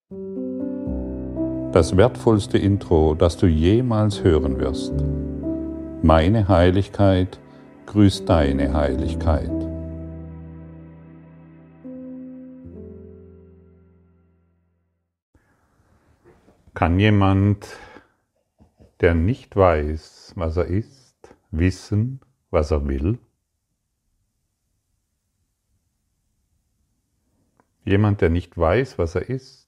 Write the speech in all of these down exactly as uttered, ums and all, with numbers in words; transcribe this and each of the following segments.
Das wertvollste Intro, das du jemals hören wirst. Meine Heiligkeit grüßt deine Heiligkeit. Kann jemand, der nicht weiß, was er ist, wissen, was er will? Jemand, der nicht weiß, was er ist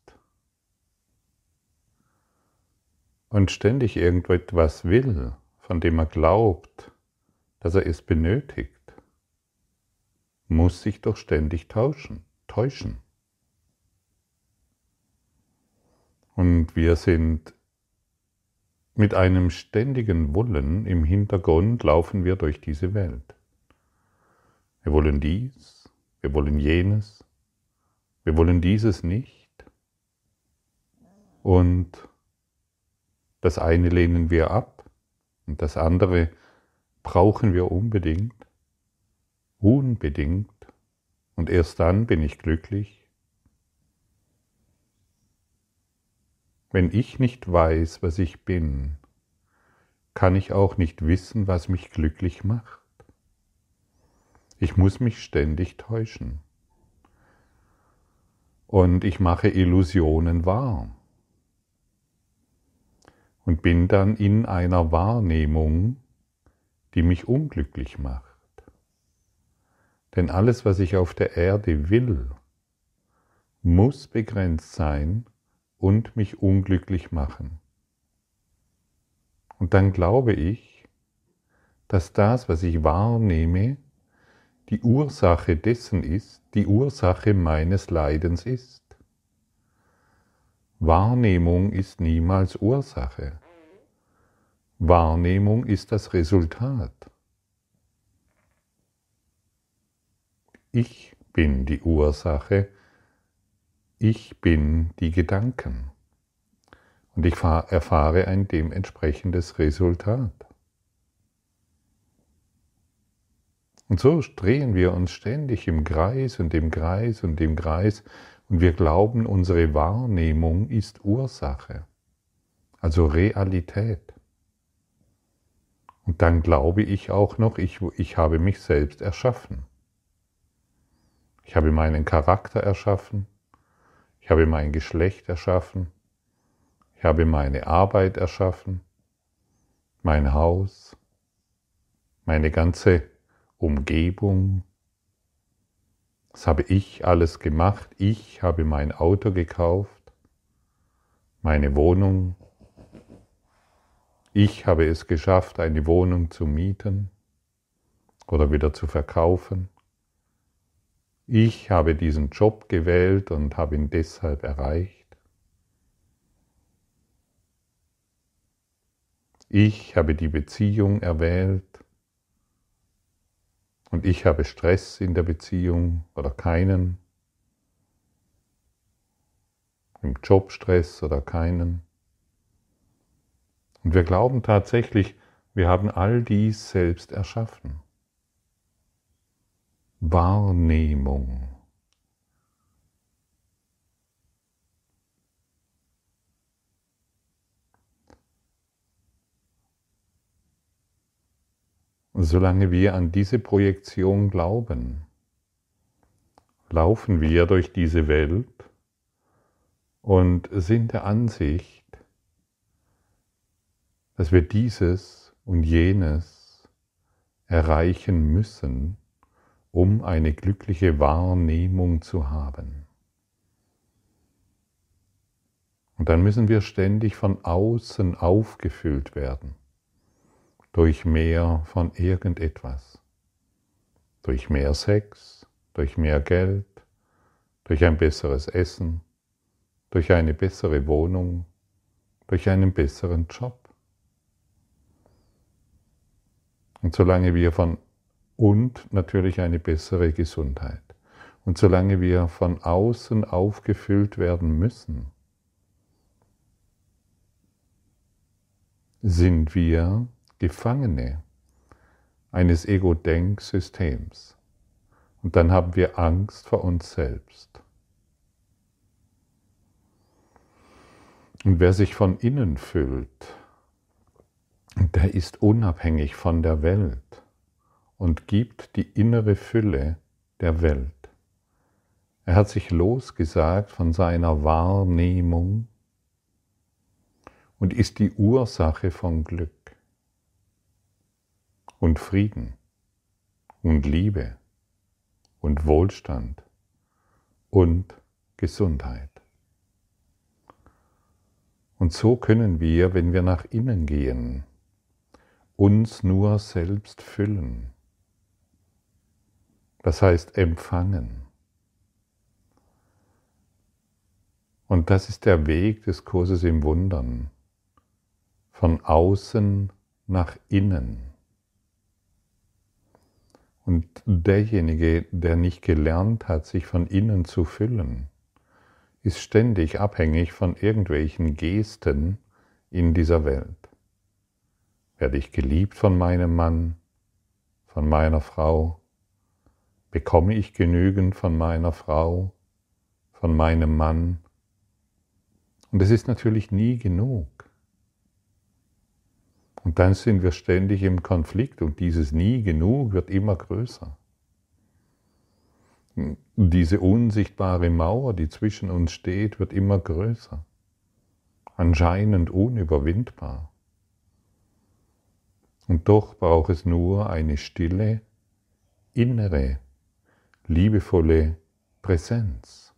und ständig irgendetwas will, von dem er glaubt, dass er es benötigt, muss sich doch ständig tauschen, täuschen. Und wir sind mit einem ständigen Wollen im Hintergrund, laufen wir durch diese Welt. Wir wollen dies, wir wollen jenes, wir wollen dieses nicht. Und das eine lehnen wir ab und das andere brauchen wir unbedingt, unbedingt. Und erst dann bin ich glücklich. Wenn ich nicht weiß, was ich bin, kann ich auch nicht wissen, was mich glücklich macht. Ich muss mich ständig täuschen. Und ich mache Illusionen wahr. Und bin dann in einer Wahrnehmung, die mich unglücklich macht. Denn alles, was ich auf der Erde will, muss begrenzt sein und mich unglücklich machen. Und dann glaube ich, dass das, was ich wahrnehme, die Ursache dessen ist, die Ursache meines Leidens ist. Wahrnehmung ist niemals Ursache. Wahrnehmung ist das Resultat. Ich bin die Ursache, ich bin die Gedanken. Und ich erfahre ein dementsprechendes Resultat. Und so drehen wir uns ständig im Kreis und im Kreis und im Kreis und wir glauben, unsere Wahrnehmung ist Ursache, also Realität. Und dann glaube ich auch noch, ich, ich habe mich selbst erschaffen. Ich habe meinen Charakter erschaffen, ich habe mein Geschlecht erschaffen, ich habe meine Arbeit erschaffen, mein Haus, meine ganze Umgebung. Das habe ich alles gemacht. Ich habe mein Auto gekauft, meine Wohnung. Ich habe es geschafft, eine Wohnung zu mieten oder wieder zu verkaufen. Ich habe diesen Job gewählt und habe ihn deshalb erreicht. Ich habe die Beziehung erwählt und ich habe Stress in der Beziehung oder keinen, im Jobstress oder keinen. Und wir glauben tatsächlich, wir haben all dies selbst erschaffen. Wahrnehmung. Und solange wir an diese Projektion glauben, laufen wir durch diese Welt und sind der Ansicht, dass wir dieses und jenes erreichen müssen, um eine glückliche Wahrnehmung zu haben. Und dann müssen wir ständig von außen aufgefüllt werden, durch mehr von irgendetwas, durch mehr Sex, durch mehr Geld, durch ein besseres Essen, durch eine bessere Wohnung, durch einen besseren Job. Und solange wir von und natürlich eine bessere Gesundheit. Und solange wir von außen aufgefüllt werden müssen, sind wir Gefangene eines Ego-Denksystems. Und dann haben wir Angst vor uns selbst. Und wer sich von innen füllt, der ist unabhängig von der Welt und gibt die innere Fülle der Welt. Er hat sich losgesagt von seiner Wahrnehmung und ist die Ursache von Glück und Frieden und Liebe und Wohlstand und Gesundheit. Und so können wir, wenn wir nach innen gehen, uns nur selbst füllen. Das heißt empfangen. Und das ist der Weg des Kurses im Wundern. Von außen nach innen. Und derjenige, der nicht gelernt hat, sich von innen zu füllen, ist ständig abhängig von irgendwelchen Gesten in dieser Welt. Werde ich geliebt von meinem Mann, von meiner Frau? Bekomme ich genügend von meiner Frau, von meinem Mann? Und es ist natürlich nie genug. Und dann sind wir ständig im Konflikt und dieses nie genug wird immer größer. Diese unsichtbare Mauer, die zwischen uns steht, wird immer größer. Anscheinend unüberwindbar. Und doch braucht es nur eine stille, innere, liebevolle Präsenz.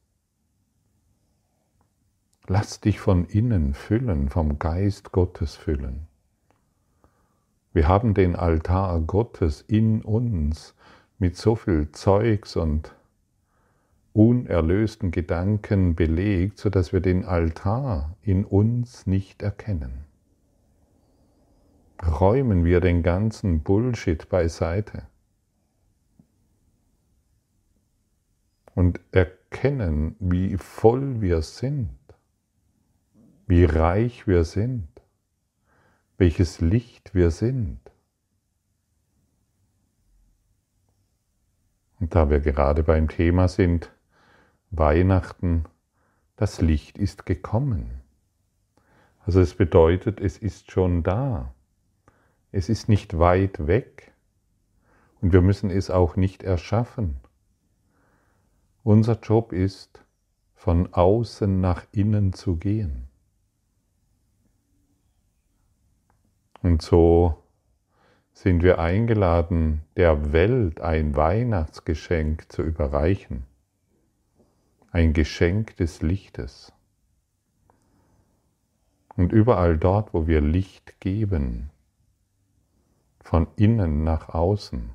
Lass dich von innen füllen, vom Geist Gottes füllen. Wir haben den Altar Gottes in uns mit so viel Zeugs und unerlösten Gedanken belegt, sodass wir den Altar in uns nicht erkennen. Räumen wir den ganzen Bullshit beiseite und erkennen, wie voll wir sind, wie reich wir sind, welches Licht wir sind. Und da wir gerade beim Thema sind, Weihnachten, das Licht ist gekommen. Also es bedeutet, es ist schon da. Es ist nicht weit weg und wir müssen es auch nicht erschaffen. Unser Job ist, von außen nach innen zu gehen. Und so sind wir eingeladen, der Welt ein Weihnachtsgeschenk zu überreichen. Ein Geschenk des Lichtes. Und überall dort, wo wir Licht geben, von innen nach außen,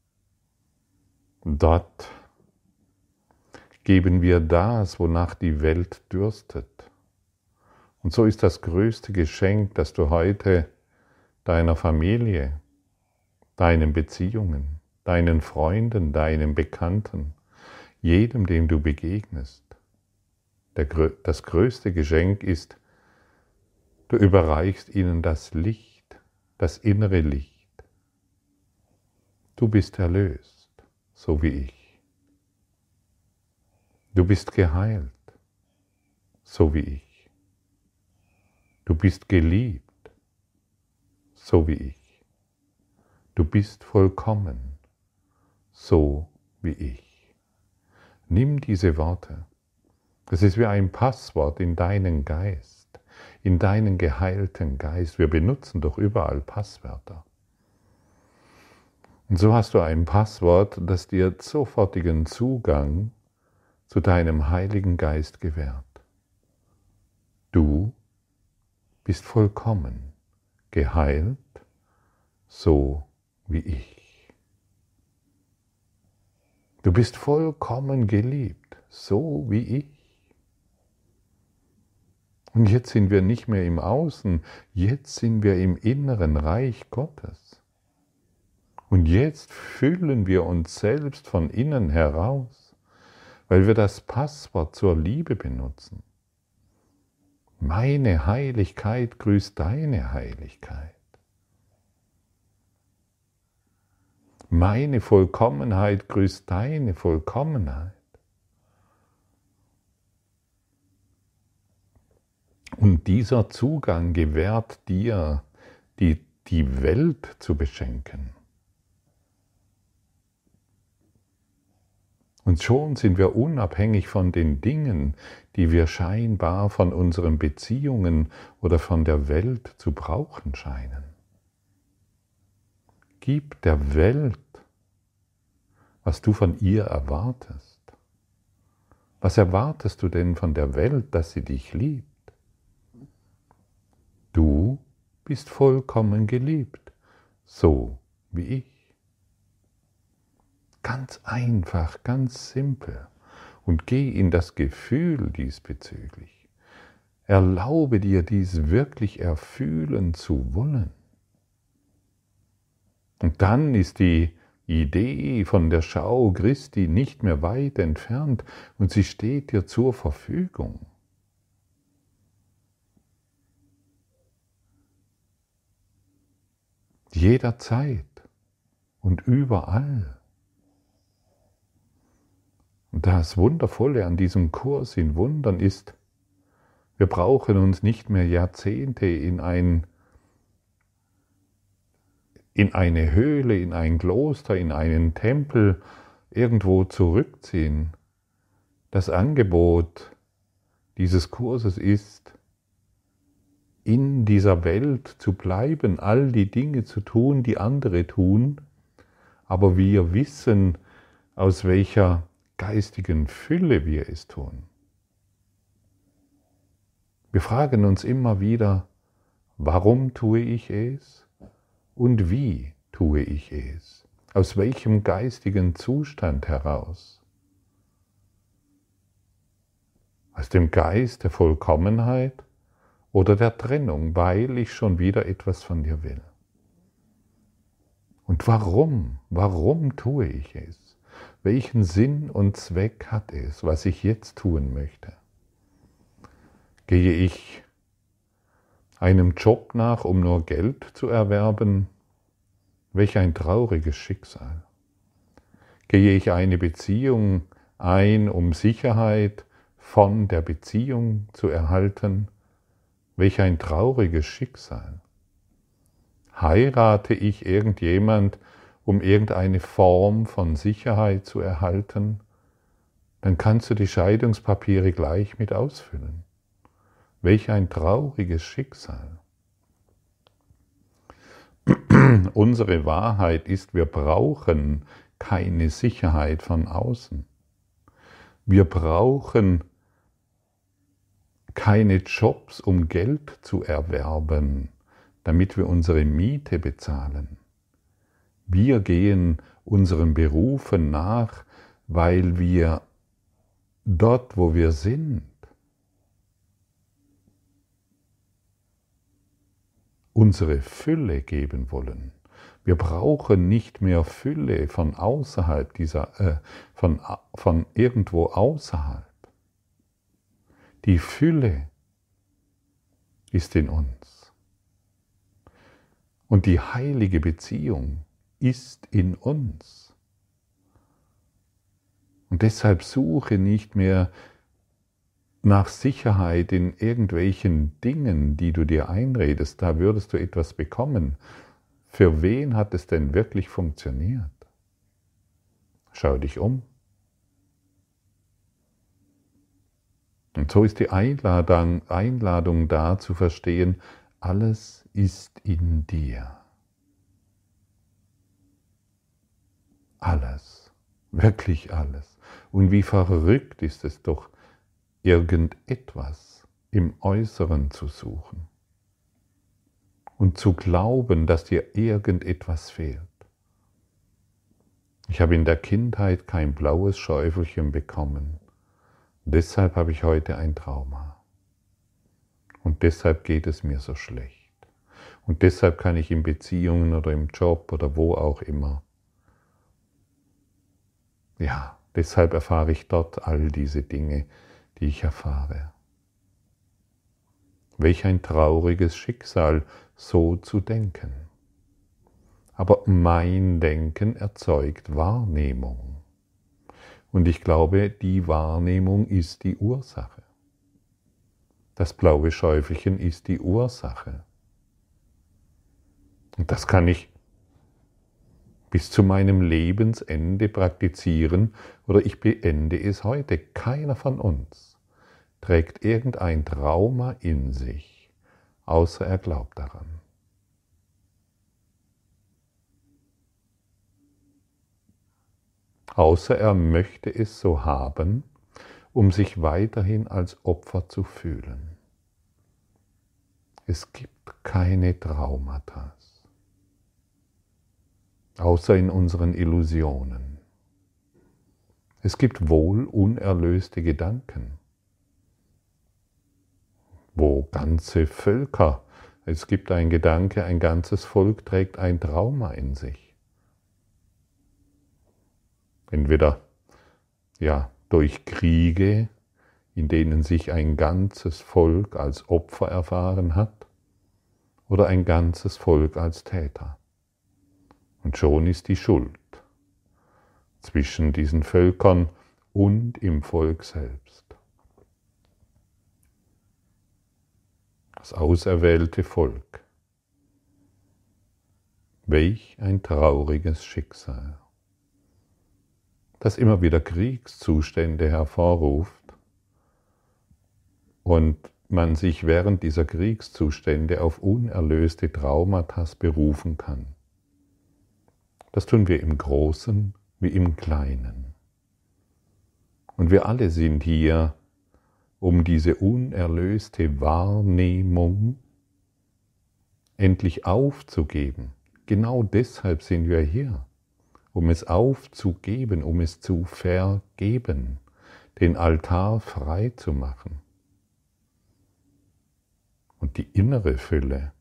dort geben wir das, wonach die Welt dürstet. Und so ist das größte Geschenk, das du heute deiner Familie, deinen Beziehungen, deinen Freunden, deinen Bekannten, jedem, dem du begegnest. Der, das größte Geschenk ist, du überreichst ihnen das Licht, das innere Licht. Du bist erlöst, so wie ich. Du bist geheilt, so wie ich. Du bist geliebt, so wie ich. Du bist vollkommen, so wie ich. Nimm diese Worte. Das ist wie ein Passwort in deinen Geist, in deinen geheilten Geist. Wir benutzen doch überall Passwörter. Und so hast du ein Passwort, das dir sofortigen Zugang zu deinem Heiligen Geist gewährt. Du bist vollkommen, geheilt, so wie ich. Du bist vollkommen geliebt, so wie ich. Und jetzt sind wir nicht mehr im Außen, jetzt sind wir im inneren Reich Gottes. Und jetzt füllen wir uns selbst von innen heraus, weil wir das Passwort zur Liebe benutzen. Meine Heiligkeit grüßt deine Heiligkeit. Meine Vollkommenheit grüßt deine Vollkommenheit. Und dieser Zugang gewährt dir, die, die Welt zu beschenken. Und schon sind wir unabhängig von den Dingen, die wir scheinbar von unseren Beziehungen oder von der Welt zu brauchen scheinen. Gib der Welt, was du von ihr erwartest. Was erwartest du denn von der Welt, dass sie dich liebt? Du bist vollkommen geliebt, so wie ich. Ganz einfach, ganz simpel. Und geh in das Gefühl diesbezüglich. Erlaube dir, dies wirklich erfühlen zu wollen. Und dann ist die Idee von der Schau Christi nicht mehr weit entfernt und sie steht dir zur Verfügung. Jederzeit und überall. Und das Wundervolle an diesem Kurs in Wundern ist, wir brauchen uns nicht mehr Jahrzehnte in, ein, in eine Höhle, in ein Kloster, in einen Tempel irgendwo zurückziehen. Das Angebot dieses Kurses ist, in dieser Welt zu bleiben, all die Dinge zu tun, die andere tun, aber wir wissen, aus welcher geistigen Fülle wir es tun. Wir fragen uns immer wieder, warum tue ich es und wie tue ich es? Aus welchem geistigen Zustand heraus? Aus dem Geist der Vollkommenheit oder der Trennung, weil ich schon wieder etwas von dir will. Und warum? Warum tue ich es? Welchen Sinn und Zweck hat es, was ich jetzt tun möchte? Gehe ich einem Job nach, um nur Geld zu erwerben? Welch ein trauriges Schicksal. Gehe ich eine Beziehung ein, um Sicherheit von der Beziehung zu erhalten? Welch ein trauriges Schicksal. Heirate ich irgendjemand, um irgendeine Form von Sicherheit zu erhalten? Dann kannst du die Scheidungspapiere gleich mit ausfüllen. Welch ein trauriges Schicksal. Unsere Wahrheit ist, wir brauchen keine Sicherheit von außen. Wir brauchen keine Jobs, um Geld zu erwerben, damit wir unsere Miete bezahlen. Wir gehen unseren Berufen nach, weil wir dort, wo wir sind, unsere Fülle geben wollen. Wir brauchen nicht mehr Fülle von außerhalb dieser, äh, von, von irgendwo außerhalb. Die Fülle ist in uns. Und die heilige Beziehung ist in uns. Und deshalb suche nicht mehr nach Sicherheit in irgendwelchen Dingen, die du dir einredest, da würdest du etwas bekommen. Für wen hat es denn wirklich funktioniert? Schau dich um. Und so ist die Einladung, Einladung da zu verstehen, alles ist in dir. Alles, wirklich alles. Und wie verrückt ist es doch, irgendetwas im Äußeren zu suchen und zu glauben, dass dir irgendetwas fehlt. Ich habe in der Kindheit kein blaues Schäufelchen bekommen. Deshalb habe ich heute ein Trauma. Und deshalb geht es mir so schlecht. Und deshalb kann ich in Beziehungen oder im Job oder wo auch immer, ja, deshalb erfahre ich dort all diese Dinge, die ich erfahre. Welch ein trauriges Schicksal, so zu denken. Aber mein Denken erzeugt Wahrnehmung. Und ich glaube, die Wahrnehmung ist die Ursache. Das blaue Schäufelchen ist die Ursache. Und das kann ich bis zu meinem Lebensende praktizieren oder ich beende es heute. Keiner von uns trägt irgendein Trauma in sich, außer er glaubt daran. Außer er möchte es so haben, um sich weiterhin als Opfer zu fühlen. Es gibt keine Traumata, außer in unseren Illusionen. Es gibt wohl unerlöste Gedanken, wo ganze Völker, es gibt ein Gedanke, ein ganzes Volk trägt ein Trauma in sich. Entweder ja, durch Kriege, in denen sich ein ganzes Volk als Opfer erfahren hat, oder ein ganzes Volk als Täter. Und schon ist die Schuld zwischen diesen Völkern und im Volk selbst. Das auserwählte Volk. Welch ein trauriges Schicksal, das immer wieder Kriegszustände hervorruft und man sich während dieser Kriegszustände auf unerlöste Traumata berufen kann. Das tun wir im Großen wie im Kleinen. Und wir alle sind hier, um diese unerlöste Wahrnehmung endlich aufzugeben. Genau deshalb sind wir hier, um es aufzugeben, um es zu vergeben, den Altar frei zu machen. Und die innere Fülle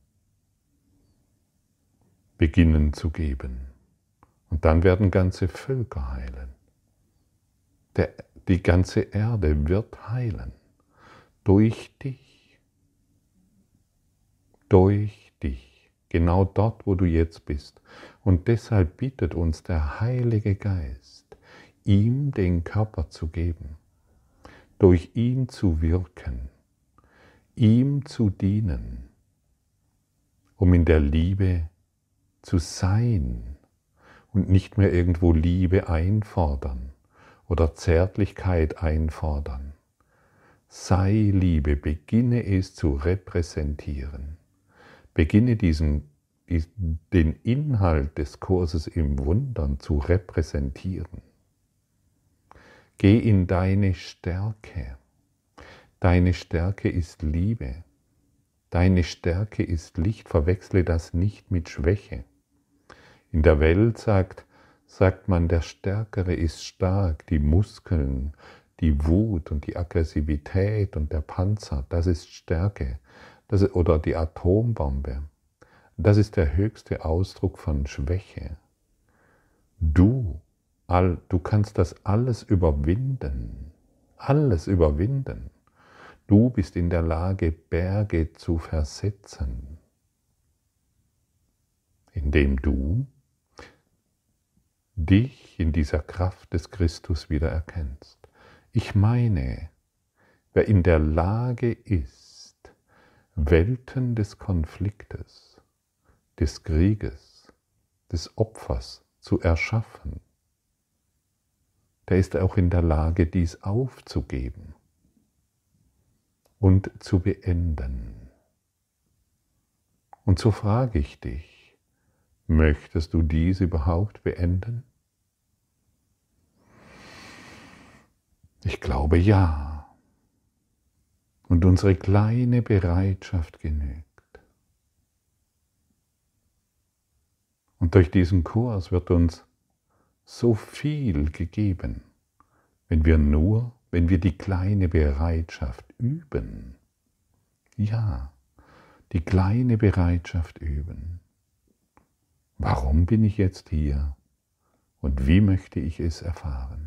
beginnen zu geben. Und dann werden ganze Völker heilen. Der, die ganze Erde wird heilen. Durch dich. Durch dich. Genau dort, wo du jetzt bist. Und deshalb bittet uns der Heilige Geist, ihm den Körper zu geben, durch ihn zu wirken, ihm zu dienen, um in der Liebe zu sein und nicht mehr irgendwo Liebe einfordern oder Zärtlichkeit einfordern. Sei Liebe, beginne es zu repräsentieren. Beginne diesen, den Inhalt des Kurses im Wundern zu repräsentieren. Geh in deine Stärke. Deine Stärke ist Liebe. Deine Stärke ist Licht. Verwechsle das nicht mit Schwäche. In der Welt sagt, sagt man, der Stärkere ist stark, die Muskeln, die Wut und die Aggressivität und der Panzer, das ist Stärke. Das ist, oder die Atombombe, das ist der höchste Ausdruck von Schwäche. Du, all, du kannst das alles überwinden, alles überwinden. Du bist in der Lage, Berge zu versetzen, indem du dich in dieser Kraft des Christus wieder erkennst. Ich meine, wer in der Lage ist, Welten des Konfliktes, des Krieges, des Opfers zu erschaffen, der ist auch in der Lage, dies aufzugeben und zu beenden. Und so frage ich dich, möchtest du dies überhaupt beenden? Ich glaube ja. Und unsere kleine Bereitschaft genügt. Und durch diesen Kurs wird uns so viel gegeben, wenn wir nur, wenn wir die kleine Bereitschaft üben. Ja, die kleine Bereitschaft üben. Warum bin ich jetzt hier und wie möchte ich es erfahren?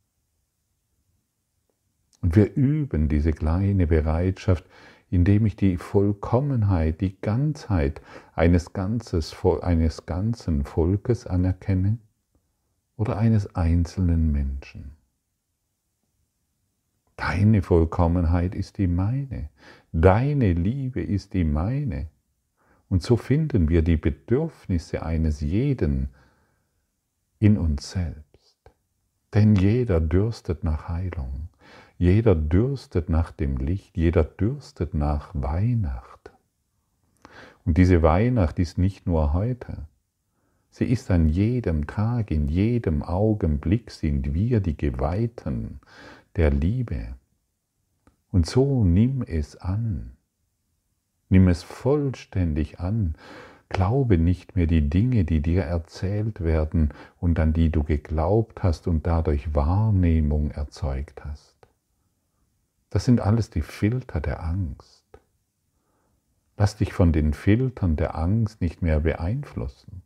Und wir üben diese kleine Bereitschaft, indem ich die Vollkommenheit, die Ganzheit eines, Ganzes, eines ganzen Volkes anerkenne oder eines einzelnen Menschen. Deine Vollkommenheit ist die meine. Deine Liebe ist die meine. Und so finden wir die Bedürfnisse eines jeden in uns selbst. Denn jeder dürstet nach Heilung. Jeder dürstet nach dem Licht. Jeder dürstet nach Weihnacht. Und diese Weihnacht ist nicht nur heute. Sie ist an jedem Tag, in jedem Augenblick sind wir die Geweihten der Liebe. Und so nimm es an. Nimm es vollständig an. Glaube nicht mehr die Dinge, die dir erzählt werden und an die du geglaubt hast und dadurch Wahrnehmung erzeugt hast. Das sind alles die Filter der Angst. Lass dich von den Filtern der Angst nicht mehr beeinflussen.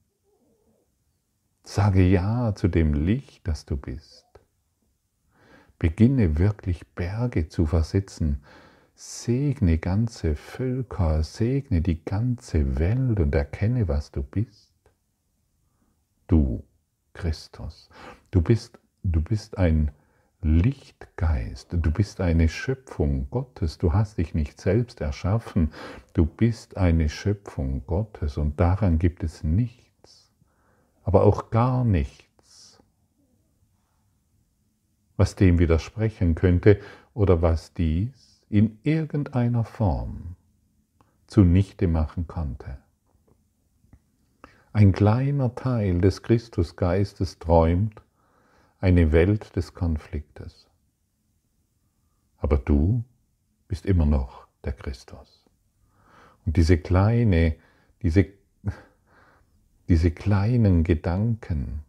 Sage Ja zu dem Licht, das du bist. Beginne wirklich Berge zu versetzen. Segne ganze Völker, segne die ganze Welt und erkenne, was du bist. Du, Christus, du bist, du bist ein Lichtgeist, du bist eine Schöpfung Gottes, du hast dich nicht selbst erschaffen, du bist eine Schöpfung Gottes und daran gibt es nichts, aber auch gar nichts, was dem widersprechen könnte oder was dies in irgendeiner Form zunichte machen konnte. Ein kleiner Teil des Christusgeistes träumt eine Welt des Konfliktes. Aber du bist immer noch der Christus. Und diese kleine, diese, diese kleinen Gedanken,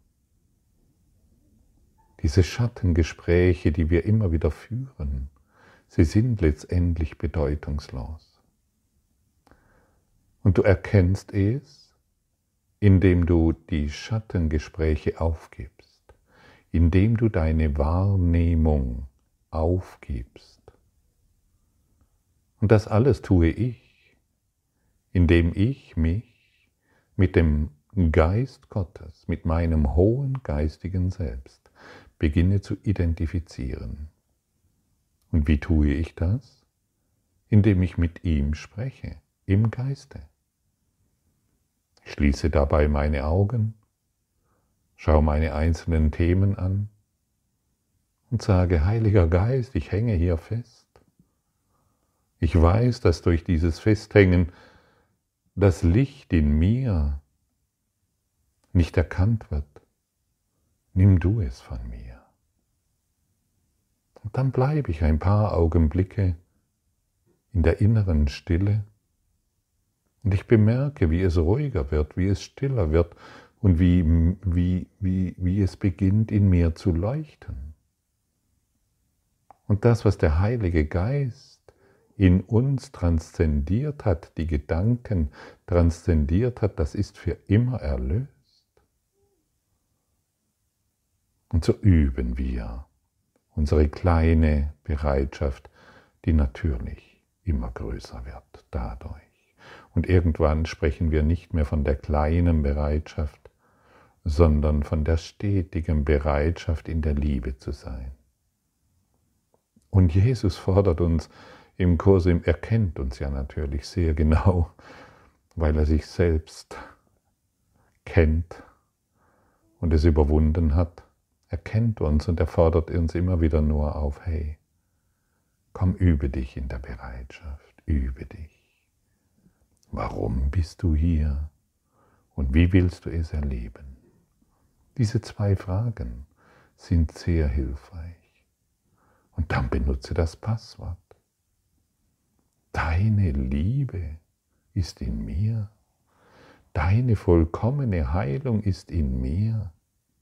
diese Schattengespräche, die wir immer wieder führen, sie sind letztendlich bedeutungslos. Und du erkennst es, indem du die Schattengespräche aufgibst, indem du deine Wahrnehmung aufgibst. Und das alles tue ich, indem ich mich mit dem Geist Gottes, mit meinem hohen geistigen Selbst beginne zu identifizieren. Und wie tue ich das? Indem ich mit ihm spreche, im Geiste. Ich schließe dabei meine Augen, schaue meine einzelnen Themen an und sage, Heiliger Geist, ich hänge hier fest. Ich weiß, dass durch dieses Festhängen das Licht in mir nicht erkannt wird. Nimm du es von mir. Und dann bleibe ich ein paar Augenblicke in der inneren Stille und ich bemerke, wie es ruhiger wird, wie es stiller wird und wie, wie, wie, wie es beginnt in mir zu leuchten. Und das, was der Heilige Geist in uns transzendiert hat, die Gedanken transzendiert hat, das ist für immer erlöst. Und so üben wir unsere kleine Bereitschaft, die natürlich immer größer wird dadurch. Und irgendwann sprechen wir nicht mehr von der kleinen Bereitschaft, sondern von der stetigen Bereitschaft, in der Liebe zu sein. Und Jesus fordert uns im Kurs, er kennt uns ja natürlich sehr genau, weil er sich selbst kennt und es überwunden hat. Er kennt uns und er fordert uns immer wieder nur auf, hey, komm, übe dich in der Bereitschaft, übe dich. Warum bist du hier und wie willst du es erleben? Diese zwei Fragen sind sehr hilfreich. Und dann benutze das Passwort. Deine Liebe ist in mir. Deine vollkommene Heilung ist in mir.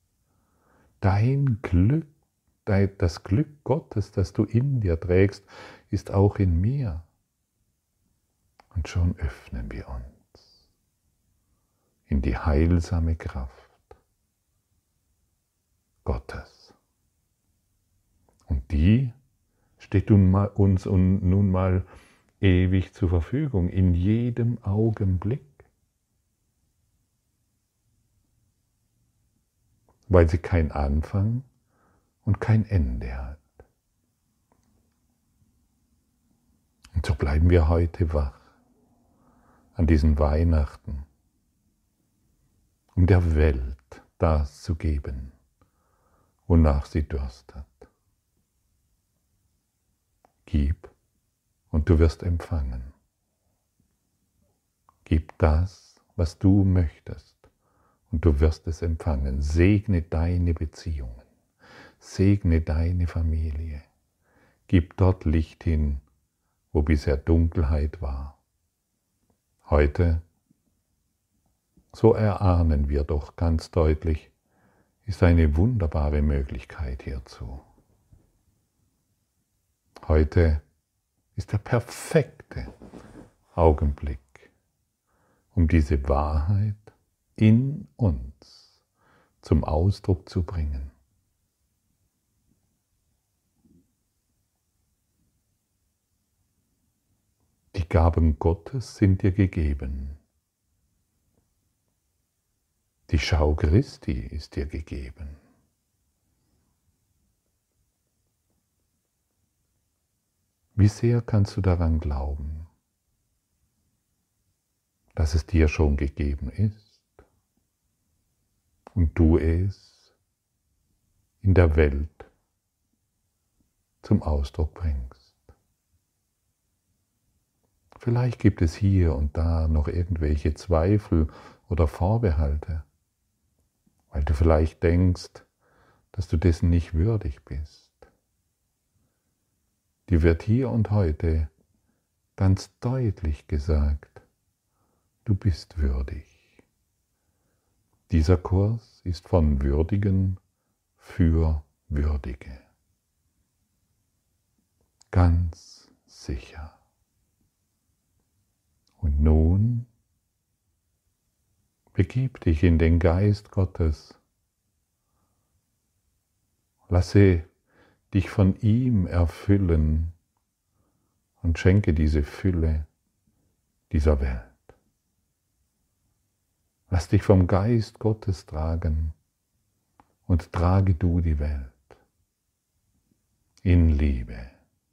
Dein Glück, das Glück Gottes, das du in dir trägst, ist auch in mir. Und schon öffnen wir uns in die heilsame Kraft Gottes. Und die steht uns nun mal ewig zur Verfügung, in jedem Augenblick. Weil sie kein Anfang und kein Ende hat. Und so bleiben wir heute wach an diesen Weihnachten, um der Welt das zu geben, wonach sie Durst hat. Gib und du wirst empfangen. Gib das, was du möchtest, und du wirst es empfangen. Segne deine Beziehungen, segne deine Familie. Gib dort Licht hin, wo bisher Dunkelheit war. Heute, so erahnen wir doch ganz deutlich, ist eine wunderbare Möglichkeit hierzu. Heute ist der perfekte Augenblick, um diese Wahrheit in uns zum Ausdruck zu bringen. Die Gaben Gottes sind dir gegeben. Die Schau Christi ist dir gegeben. Wie sehr kannst du daran glauben, dass es dir schon gegeben ist und du es in der Welt zum Ausdruck bringst? Vielleicht gibt es hier und da noch irgendwelche Zweifel oder Vorbehalte, weil du vielleicht denkst, dass du dessen nicht würdig bist. Dir wird hier und heute ganz deutlich gesagt, du bist würdig. Dieser Kurs ist von Würdigen für Würdige. Ganz sicher. Und nun begib dich in den Geist Gottes. Lasse dich von ihm erfüllen und schenke diese Fülle dieser Welt. Lass dich vom Geist Gottes tragen und trage du die Welt in Liebe.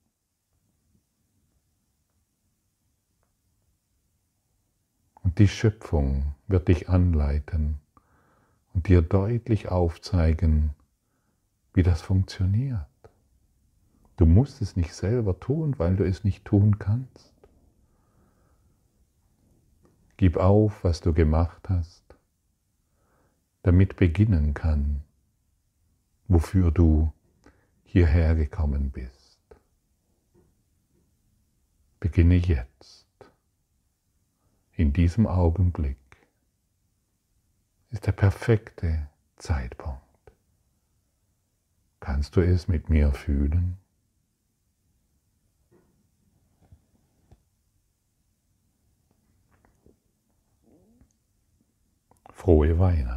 Und die Schöpfung wird dich anleiten und dir deutlich aufzeigen, wie das funktioniert. Du musst es nicht selber tun, weil du es nicht tun kannst. Gib auf, was du gemacht hast, damit beginnen kann, wofür du hierher gekommen bist. Beginne jetzt. In diesem Augenblick ist der perfekte Zeitpunkt. Kannst du es mit mir fühlen? Frohe Weihnachten.